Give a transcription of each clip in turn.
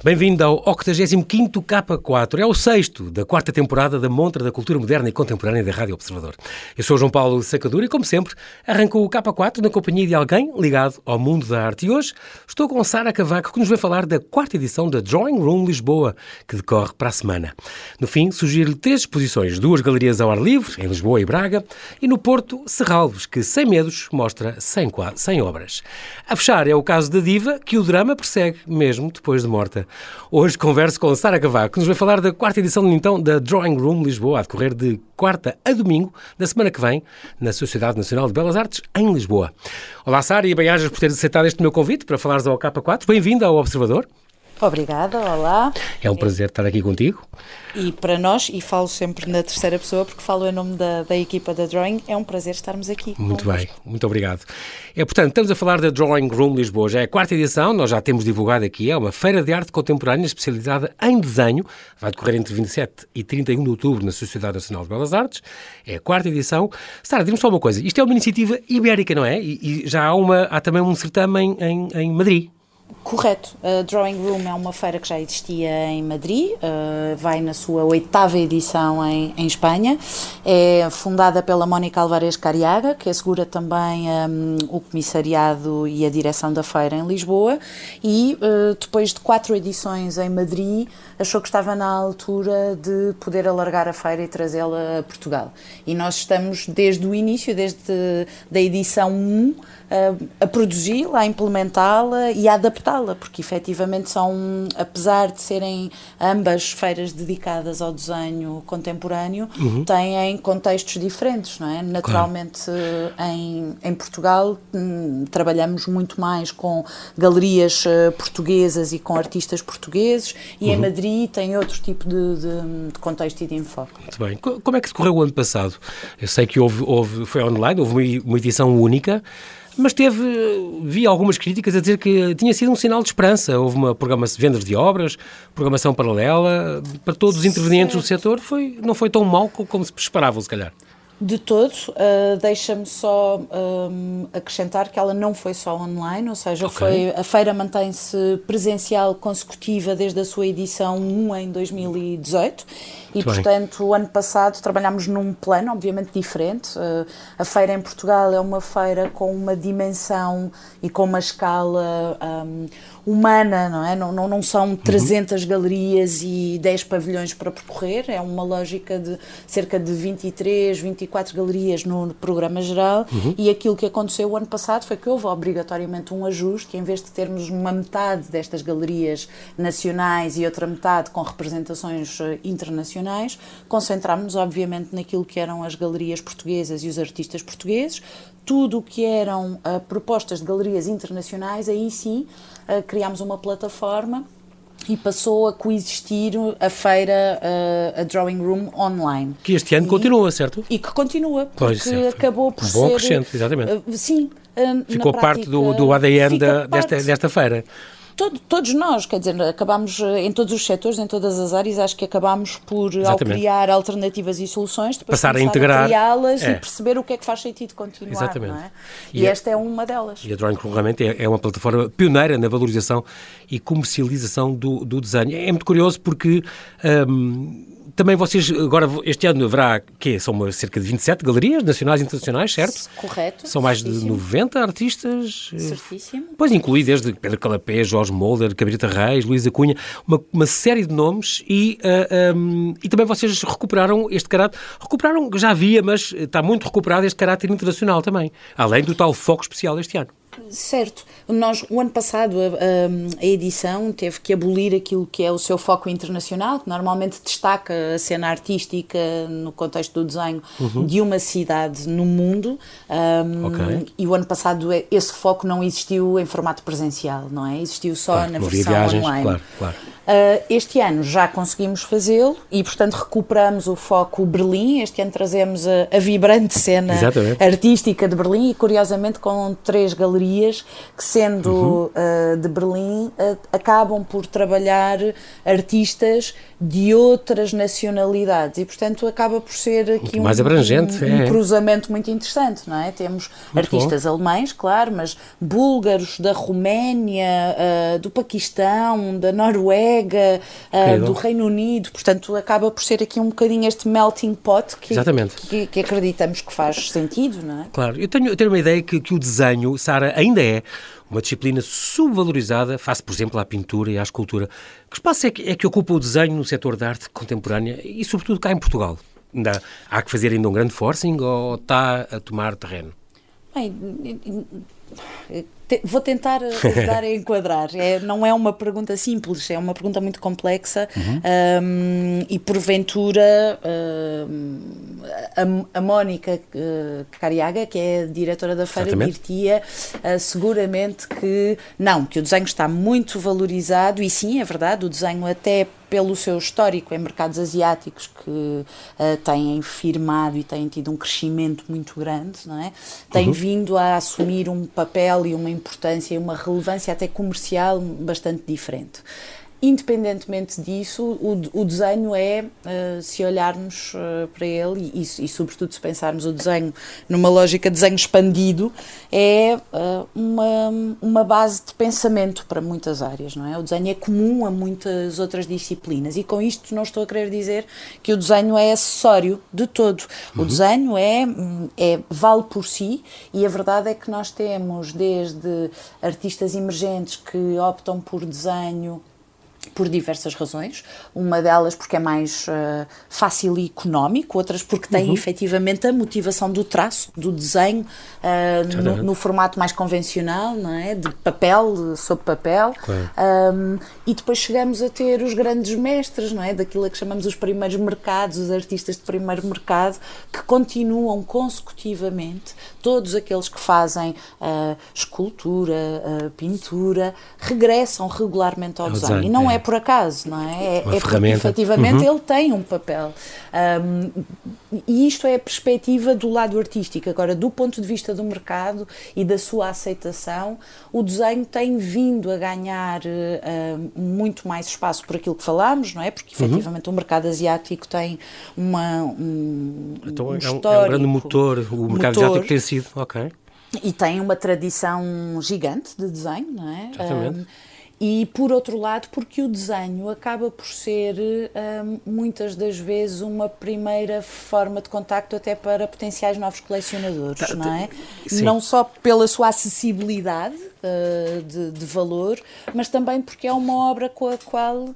Bem-vindo ao 85º K4. É o 6º da 4ª temporada da Montra da Cultura Moderna e Contemporânea da Rádio Observador. Eu sou João Paulo Sacadura e, como sempre, arranco o K4 na companhia de alguém ligado ao mundo da arte. E hoje estou com Sara Cavaco, que nos vai falar da 4ª edição da Drawing Room Lisboa, que decorre para a semana. No fim, sugiro-lhe 3 exposições, 2 galerias ao ar livre, em Lisboa e Braga, e no Porto, Serralves, que, sem medos, mostra 100 obras. A fechar é o caso da diva, que o drama persegue mesmo depois de morta. Hoje converso com Sara Cavaco, que nos vai falar da 4ª edição então da Drawing Room Lisboa, a decorrer de quarta a domingo da semana que vem, na Sociedade Nacional de Belas Artes, em Lisboa. Olá, Sara, e bem-ajas por teres aceitado este meu convite para falares ao K4. Bem-vinda ao Observador. Obrigada, olá. É um prazer estar aqui contigo. E para nós, e falo sempre na terceira pessoa, porque falo em nome da equipa da Drawing, é um prazer estarmos aqui. Muito bem, muito obrigado. Portanto, estamos a falar da Drawing Room Lisboa, já é a 4ª edição, nós já temos divulgado aqui, é uma feira de arte contemporânea especializada em desenho, vai decorrer entre 27 e 31 de outubro na Sociedade Nacional de Belas Artes, é a 4ª edição. Sara, diz-me só uma coisa, isto é uma iniciativa ibérica, não é? E já há também um certame em Madrid. Correto. A Drawing Room é uma feira que já existia em Madrid, vai na sua 8ª edição em Espanha. É fundada pela Mónica Álvarez Cariaga, que assegura também o comissariado e a direção da feira em Lisboa, e depois de 4 edições em Madrid, achou que estava na altura de poder alargar a feira e trazê-la a Portugal. E nós estamos desde o início, desde a edição 1, a produzi-la, a implementá-la e a adaptá-la, porque efetivamente são, apesar de serem ambas feiras dedicadas ao desenho contemporâneo, têm contextos diferentes, não é? Naturalmente, claro. Em Portugal trabalhamos muito mais com galerias portuguesas e com artistas portugueses, e em Madrid tem outro tipo de contexto e de enfoque. Muito bem. Como é que decorreu o ano passado? Eu sei que foi online, houve uma edição única, mas vi algumas críticas a dizer que tinha sido um sinal de esperança. Houve uma programação, vendas de obras, programação paralela, para todos os intervenientes do setor, não foi tão mau como se esperava, se calhar. De todo, deixa-me só acrescentar que ela não foi só online, ou seja, a feira mantém-se presencial consecutiva desde a sua edição 1 em 2018 e, portanto, o ano passado trabalhámos num plano obviamente diferente. A feira em Portugal é uma feira com uma dimensão e com uma escala humana, não é? Não são 300 galerias e 10 pavilhões para percorrer, é uma lógica de cerca de 23, 24 galerias no programa geral, e aquilo que aconteceu o ano passado foi que houve obrigatoriamente um ajuste, e em vez de termos uma metade destas galerias nacionais e outra metade com representações internacionais, concentrámos-nos obviamente naquilo que eram as galerias portuguesas e os artistas portugueses. Tudo o que eram propostas de galerias internacionais, aí sim criámos uma plataforma e passou a coexistir a feira, a Drawing Room online. Que este ano continua, certo? E que continua, porque acabou por ser... Um bom crescente, exatamente. Sim. Ficou parte do ADN desta feira. Todos nós, quer dizer, acabámos em todos os setores, em todas as áreas, acho que acabámos por, ao criar alternativas e soluções, depois passar a integrar, criá-las e perceber o que é que faz sentido continuar. Exatamente. Não é? E esta é uma delas. E a Drawing Room realmente é uma plataforma pioneira na valorização e comercialização do desenho. É muito curioso porque... também vocês, agora este ano haverá, são cerca de 27 galerias nacionais e internacionais, certo? Correto. São mais de 90 artistas. Certíssimo. Pois inclui desde Pedro Calapé, Jorge Molder, Cabrita Reis, Luísa Cunha, uma série de nomes e também vocês recuperaram este caráter, já havia, mas está muito recuperado este caráter internacional também, além do tal foco especial este ano. Certo. O ano passado, a edição teve que abolir aquilo que é o seu foco internacional, que normalmente destaca a cena artística no contexto do desenho de uma cidade no mundo. E o ano passado esse foco não existiu em formato presencial, não é? Existiu só na versão online. Claro. Este ano já conseguimos fazê-lo e, portanto, recuperamos o foco Berlim. Este ano trazemos a vibrante cena artística de Berlim e, curiosamente, com 3 galerias que, sendo de Berlim, acabam por trabalhar artistas de outras nacionalidades e, portanto, acaba por ser aqui mais abrangente, um cruzamento muito interessante, não é? Temos artistas alemães, claro, mas búlgaros, da Roménia, do Paquistão, da Noruega, Noruega, do Reino Unido, portanto acaba por ser aqui um bocadinho este melting pot que acreditamos que faz sentido, não é? Claro, eu tenho uma ideia que o desenho, Sara, ainda é uma disciplina subvalorizada, face, por exemplo, à pintura e à escultura. Que espaço é que ocupa o desenho no setor da arte contemporânea e, sobretudo, cá em Portugal? Há que fazer ainda um grande forcing ou está a tomar terreno? Bem, vou tentar ajudar a enquadrar. Não é uma pergunta simples, é uma pergunta muito complexa e, porventura, a Mónica Cariaga, que é a diretora da feira, dir-te-ia seguramente que o desenho está muito valorizado e sim, é verdade, o desenho até pelo seu histórico em mercados asiáticos que têm firmado e têm tido um crescimento muito grande, não é? Tem vindo a assumir um papel e uma importância e uma relevância até comercial bastante diferente. Independentemente disso, o desenho se olharmos para ele e sobretudo se pensarmos o desenho numa lógica de desenho expandido, uma base de pensamento para muitas áreas, não é? O desenho é comum a muitas outras disciplinas e com isto não estou a querer dizer que o desenho é acessório de todo. O desenho vale por si e a verdade é que nós temos desde artistas emergentes que optam por desenho por diversas razões, uma delas porque é mais fácil e económico, outras porque tem efetivamente a motivação do traço, do desenho, no formato mais convencional, não é? De papel, sob papel, e depois chegamos a ter os grandes mestres, não é? Daquilo a que chamamos os primeiros mercados, os artistas de primeiro mercado, que continuam consecutivamente, todos aqueles que fazem escultura, pintura, regressam regularmente ao desenho, e não é por acaso, não é? É porque efetivamente ele tem um papel. E isto é a perspectiva do lado artístico. Agora, do ponto de vista do mercado e da sua aceitação, o desenho tem vindo a ganhar muito mais espaço por aquilo que falámos, não é? Porque efetivamente o mercado asiático tem então, histórico. É um grande motor, o mercado asiático tem sido, E tem uma tradição gigante de desenho, não é? Exatamente. E, por outro lado, porque o desenho acaba por ser, muitas das vezes, uma primeira forma de contacto até para potenciais novos colecionadores, não é? Sim. Não só pela sua acessibilidade de valor, mas também porque é uma obra com a qual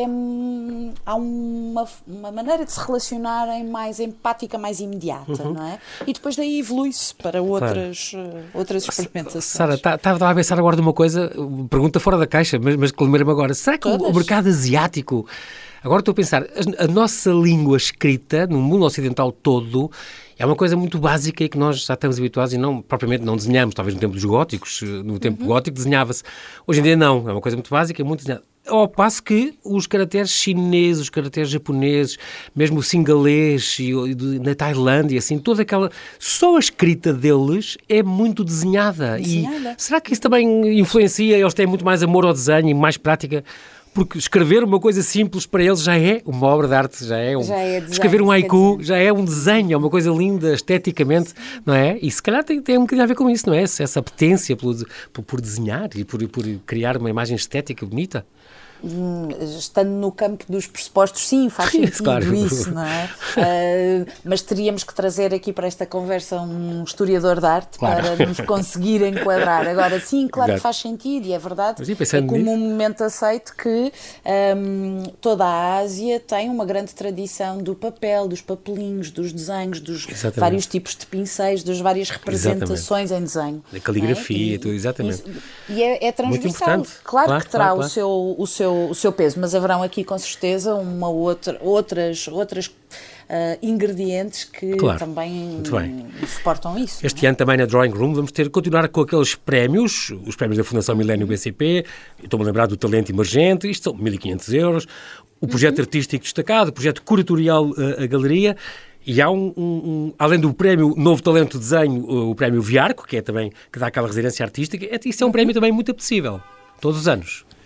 há uma maneira de se relacionarem mais empática, mais imediata, não é? E depois daí evolui-se para outras experimentações. Sara, estava a pensar agora de uma coisa, pergunta fora da caixa, mas que lembrei-me agora. Será que o mercado asiático... Agora estou a pensar, a nossa língua escrita, no mundo ocidental todo, é uma coisa muito básica e que nós já estamos habituados e propriamente não desenhamos. Talvez no tempo dos góticos, no tempo gótico desenhava-se. Hoje em dia não, é uma coisa muito básica, muito desenhada. Ao passo que os caracteres chineses, os caracteres japoneses, mesmo o singalês na Tailândia, assim, toda aquela... Só a escrita deles é muito desenhada. E será que isso também influencia? Eles têm muito mais amor ao desenho e mais prática? Porque escrever uma coisa simples para eles já é uma obra de arte, já é desenho, escrever um haiku já é um desenho, é uma coisa linda esteticamente, não é? E se calhar tem um bocadinho a ver com isso, não é? Essa apetência por desenhar e por criar uma imagem estética bonita. Estando no campo dos pressupostos, sim, faz sentido, claro. Isso, não é? Mas teríamos que trazer aqui para esta conversa um historiador de arte, claro, para nos conseguir enquadrar. Agora, sim, claro que faz sentido, e é verdade, é comumente aceito que toda a Ásia tem uma grande tradição do papel, dos papelinhos, dos desenhos, dos vários tipos de pincéis, das várias representações em desenho. A caligrafia, tudo, exatamente. E é transversal. Claro que terá o seu peso, mas haverão aqui com certeza outras ingredientes que também suportam isso. Este ano também na Drawing Room vamos continuar com aqueles prémios, os prémios da Fundação Milênio BCP, estou-me a lembrar do Talento Emergente, isto são 1.500 euros, o projeto artístico destacado, o projeto curatorial A Galeria, e há além do prémio Novo Talento de Desenho, o prémio Viarco, que é também, que dá aquela residência artística, isso é um prémio também muito apetecível, todos os anos.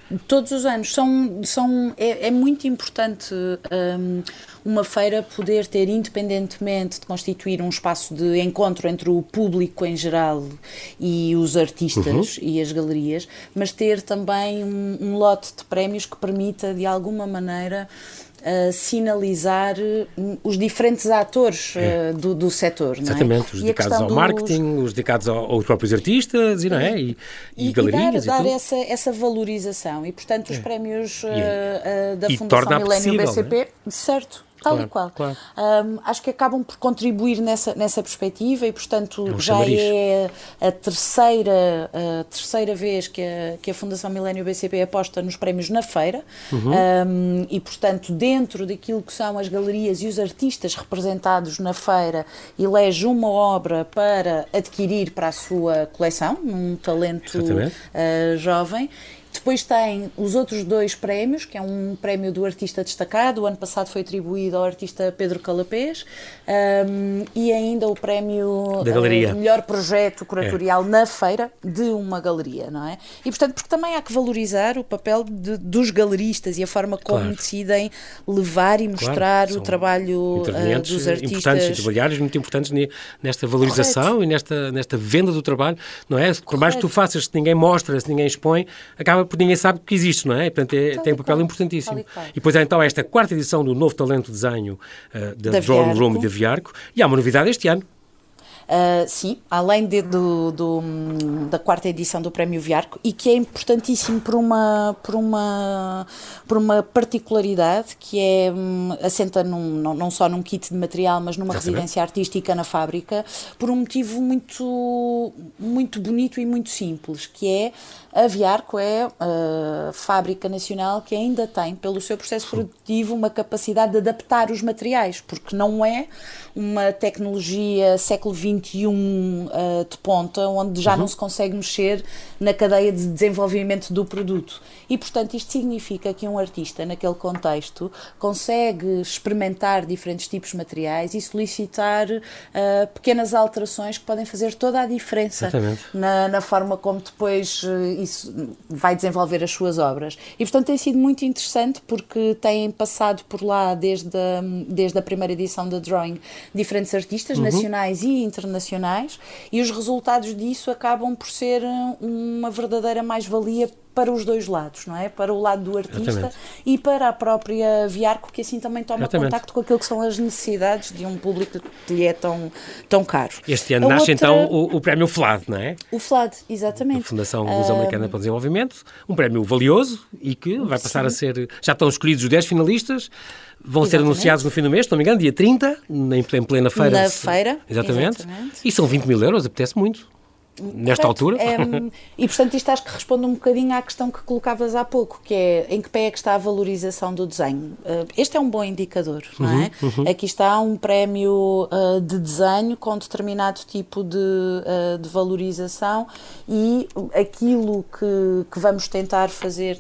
Todos os anos. É muito importante uma feira poder ter, independentemente de constituir um espaço de encontro entre o público em geral e os artistas e as galerias, mas ter também um lote de prémios que permita, de alguma maneira, sinalizar os diferentes atores do setor. Exatamente, não é? Os dedicados ao marketing, os dedicados aos próprios artistas e, não é? e galerias. Dar essa valorização. E, portanto, os prémios da Fundação torna Millennium possível, BCP, certo, tal e qual. Claro. Acho que acabam por contribuir nessa perspectiva e, portanto, já chamariz. é a terceira vez que a Fundação Millennium BCP aposta nos prémios na feira e, portanto, dentro daquilo que são as galerias e os artistas representados na feira, elege uma obra para adquirir para a sua coleção, um talento jovem. Depois tem os outros 2 prémios, que é um prémio do artista destacado, o ano passado foi atribuído ao artista Pedro Calapés, e ainda o prémio da galeria. Melhor projeto curatorial na feira de uma galeria, não é? E, portanto, porque também há que valorizar o papel dos galeristas e a forma como decidem levar e mostrar o trabalho dos artistas. Importantes e trabalhares muito importantes nesta valorização e nesta venda do trabalho, não é? Por mais que tu faças, se ninguém mostra, se ninguém expõe, acaba porque ninguém sabe que existe, não é? E, portanto, tem um papel importantíssimo. E depois há então esta 4ª edição do Novo Talento de Desenho da Drawing Room de Aviarco, e há uma novidade este ano. Sim, além da 4ª edição do Prémio Viarco, e que é importantíssimo por uma particularidade que é assenta não só num kit de material, mas numa residência artística na fábrica, por um motivo muito, muito bonito e muito simples, que é a Viarco é a fábrica nacional que ainda tem, pelo seu processo produtivo, uma capacidade de adaptar os materiais, porque não é uma tecnologia século XXI de ponta, onde já não se consegue mexer na cadeia de desenvolvimento do produto. E, portanto, isto significa que um artista, naquele contexto, consegue experimentar diferentes tipos de materiais e solicitar pequenas alterações que podem fazer toda a diferença na forma como depois isso vai desenvolver as suas obras. E, portanto, tem sido muito interessante porque têm passado por lá, desde a primeira edição da Drawing, diferentes artistas nacionais e internacionais, e os resultados disso acabam por ser uma verdadeira mais-valia para os 2 lados, não é? Para o lado do artista e para a própria Viarco, que assim também toma contacto com aquilo que são as necessidades de um público que lhe é tão caro. Este ano nasce então o prémio FLAD, não é? O FLAD, exatamente. A Fundação Luso-Americana para o Desenvolvimento, um prémio valioso e que vai passar a ser... Já estão escolhidos os 10 finalistas, vão ser anunciados no fim do mês, se não me engano, dia 30, em plena feira. Na feira. Exatamente. E são 20 mil euros, apetece muito. Nesta altura? E, portanto, isto acho que responde um bocadinho à questão que colocavas há pouco, que é em que pé é que está a valorização do desenho. Este é um bom indicador, não é? Aqui está um prémio de desenho com determinado tipo de valorização, e aquilo que vamos tentar fazer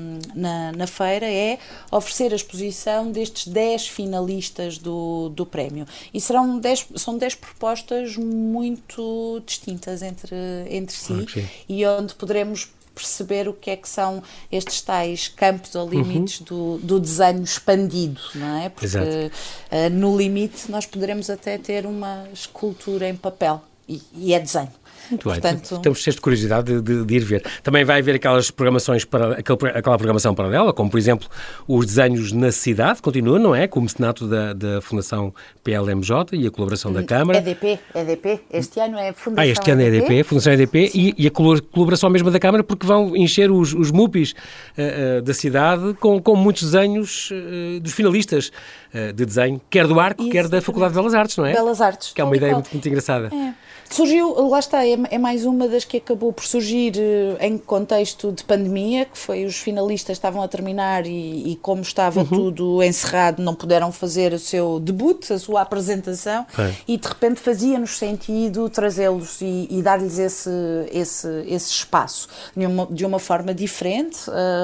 na feira é oferecer a exposição destes 10 finalistas do prémio. E são 10 propostas muito distintas entre si, e onde poderemos perceber o que é que são estes tais campos ou limites do desenho expandido, não é? Porque no limite nós poderemos até ter uma escultura em papel e é desenho. Muito bem, estamos cheios de curiosidade de ir ver. Também vai haver aquelas programações, aquela programação paralela, como por exemplo os desenhos na cidade, continua, não é? Com o mecenato da Fundação PLMJ e a colaboração da Câmara. EDP, este ano é Fundação este ano é EDP, Fundação EDP e a colaboração mesmo da Câmara, porque vão encher os MUPIs da cidade com muitos desenhos dos finalistas de desenho, quer do Arco, quer da Faculdade de Belas Artes, não é? Belas Artes. Que é uma ideia muito, muito engraçada. Surgiu, lá está, é mais uma das que acabou por surgir em contexto de pandemia, que foi os finalistas estavam a terminar e como estava tudo encerrado, não puderam fazer o seu debut, a sua apresentação, e de repente fazia-nos sentido trazê-los e dar-lhes esse espaço de uma forma diferente,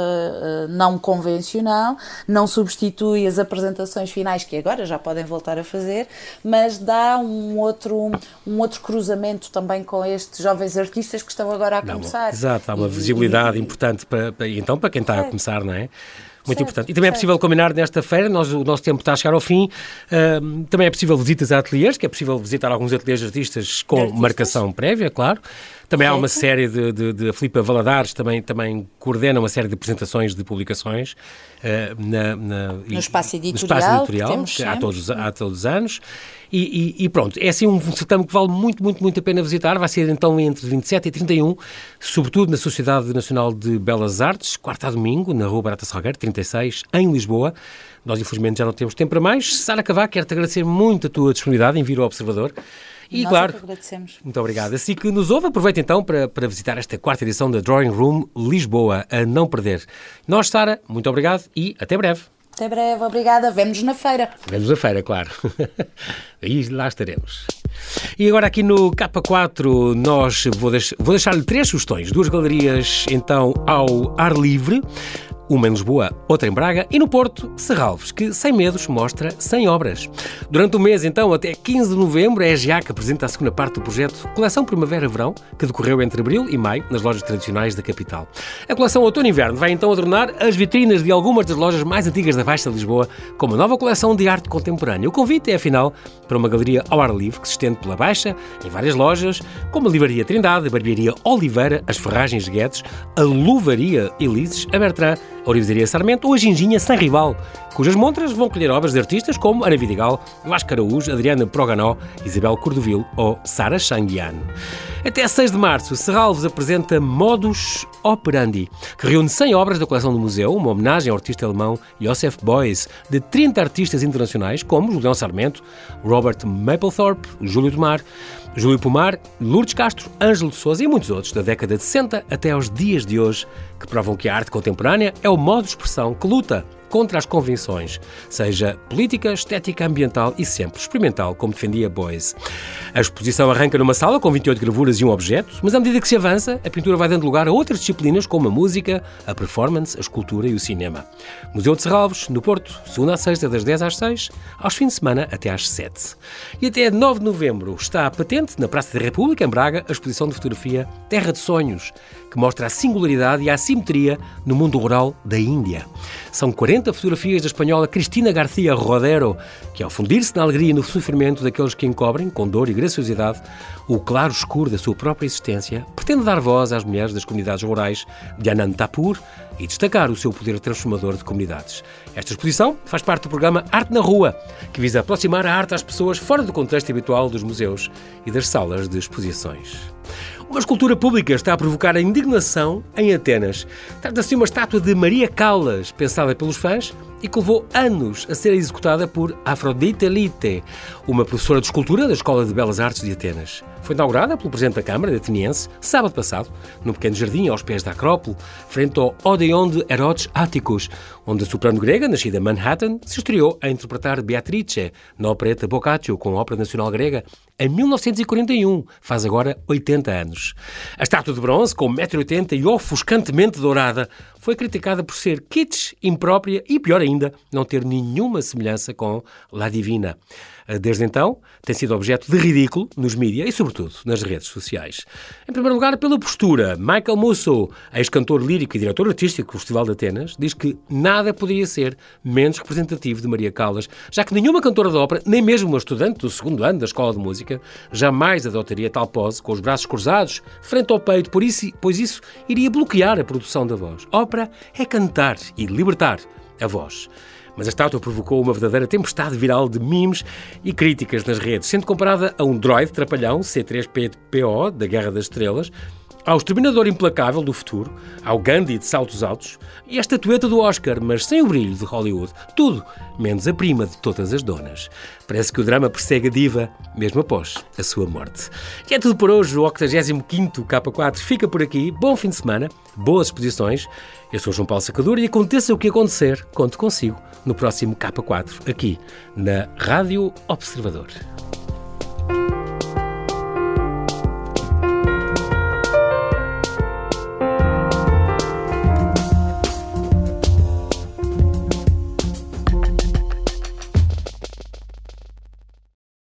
não convencional, não substitui as apresentações finais que agora já podem voltar a fazer, mas dá um outro cruzamento também com estes jovens artistas que estão agora a começar. Exato, há uma visibilidade importante para quem está a começar, não é? Muito importante. E também é possível combinar nesta feira, o nosso tempo está a chegar ao fim, também é possível visitas a ateliês, que é possível visitar alguns ateliês de artistas com marcação prévia, claro. Também há uma série de a Filipa Valadares também coordena uma série de apresentações de publicações no espaço editorial que há todos os anos. E pronto, é assim um certame que vale muito a pena visitar. Vai ser então entre 27 e 31, sobretudo na Sociedade Nacional de Belas Artes, quarta a domingo, na Rua Barata Salgueiro, 36, em Lisboa. Nós, infelizmente, já não temos tempo para mais. Sara Cavaco, quero-te agradecer muito a tua disponibilidade em vir ao Observador. E, nós claro, agradecemos. Muito obrigado. Assim que nos ouve, aproveita então para visitar esta quarta edição da Drawing Room Lisboa, a não perder. Nós, Sara, muito obrigado e até breve. Até breve, obrigada. Vemo-nos na feira. Vemos na feira, claro. Aí lá estaremos. E agora aqui no K4 vou deixar-lhe 3 sugestões. 2 galerias então ao ar livre. Uma em Lisboa, outra em Braga e no Porto, Serralves, que, sem medos, mostra 100 obras. Durante o mês, então, até 15 de novembro, a EGIAC apresenta a segunda parte do projeto Coleção Primavera-Verão, que decorreu entre abril e maio nas lojas tradicionais da capital. A coleção Outono-Inverno vai, então, adornar as vitrinas de algumas das lojas mais antigas da Baixa de Lisboa, com uma nova coleção de arte contemporânea. O convite é, afinal, para uma galeria ao ar livre que se estende pela Baixa, em várias lojas, como a Livraria Trindade, a Barbearia Oliveira, as Ferragens Guedes, a Luvaria Elises, a Bertrand, a Orivesaria Sarmento ou a Ginginha Sem Rival, cujas montras vão colher obras de artistas como Ana Vidigal, Vasco Araújo, Adriana Proganó, Isabel Cordovil ou Sara Changuian. Até 6 de março, Serralves apresenta Modus Operandi, que reúne 100 obras da coleção do museu, uma homenagem ao artista alemão Joseph Beuys, de 30 artistas internacionais como Julião Sarmento, Robert Mapplethorpe, Júlio Tomar, Júlio Pomar, Lourdes Castro, Ângelo de Sousa e muitos outros da década de 60 até aos dias de hoje, que provam que a arte contemporânea é o modo de expressão que luta contra as convenções, seja política, estética, ambiental e sempre experimental, como defendia Beuys. A exposição arranca numa sala com 28 gravuras e um objeto, mas à medida que se avança, a pintura vai dando lugar a outras disciplinas como a música, a performance, a escultura e o cinema. Museu de Serralves, no Porto, segunda a sexta, das 10 às 6, aos fins de semana até às 7. E até 9 de novembro está patente, na Praça da República, em Braga, a exposição de fotografia Terra de Sonhos, que mostra a singularidade e a assimetria no mundo rural da Índia. São 40 fotografias da espanhola Cristina García Rodero, que ao fundir-se na alegria e no sofrimento daqueles que encobrem, com dor e graciosidade, o claro escuro da sua própria existência, pretende dar voz às mulheres das comunidades rurais de Anantapur e destacar o seu poder transformador de comunidades. Esta exposição faz parte do programa Arte na Rua, que visa aproximar a arte às pessoas fora do contexto habitual dos museus e das salas de exposições. Uma escultura pública está a provocar a indignação em Atenas. Trata-se de uma estátua de Maria Callas, pensada pelos fãs e que levou anos a ser executada por Afrodite Lite, uma professora de escultura da Escola de Belas Artes de Atenas. Foi inaugurada pelo Presidente da Câmara ateniense, sábado passado, num pequeno jardim aos pés da Acrópole, frente ao Odeon de Herodes Atticus, onde a soprano grega, nascida em Manhattan, se estreou a interpretar Beatrice, na opereta Boccaccio, com a Ópera Nacional Grega, em 1941, faz agora 80 anos. A estátua de bronze, com 1,80 m e ofuscantemente dourada, foi criticada por ser kitsch, imprópria e, pior ainda, não ter nenhuma semelhança com La Divina. Desde então, tem sido objeto de ridículo nos mídias e, sobretudo, nas redes sociais. Em primeiro lugar, pela postura. Michael Musso, ex-cantor lírico e diretor artístico do Festival de Atenas, diz que nada poderia ser menos representativo de Maria Callas, já que nenhuma cantora de ópera, nem mesmo uma estudante do segundo ano da Escola de Música, jamais adotaria tal pose, com os braços cruzados, frente ao peito, pois isso iria bloquear a produção da voz. Ópera é cantar e libertar a voz. Mas a estátua provocou uma verdadeira tempestade viral de memes e críticas nas redes, sendo comparada a um droide trapalhão C-3PO da Guerra das Estrelas, ao Exterminador Implacável do futuro, ao Gandhi de saltos altos e à estatueta do Oscar, mas sem o brilho de Hollywood. Tudo menos a prima de todas as donas. Parece que o drama persegue a diva, mesmo após a sua morte. E é tudo por hoje. O 85º K4 fica por aqui. Bom fim de semana, boas exposições. Eu sou João Paulo Sacadura e aconteça o que acontecer, conto consigo no próximo K4, aqui na Rádio Observador.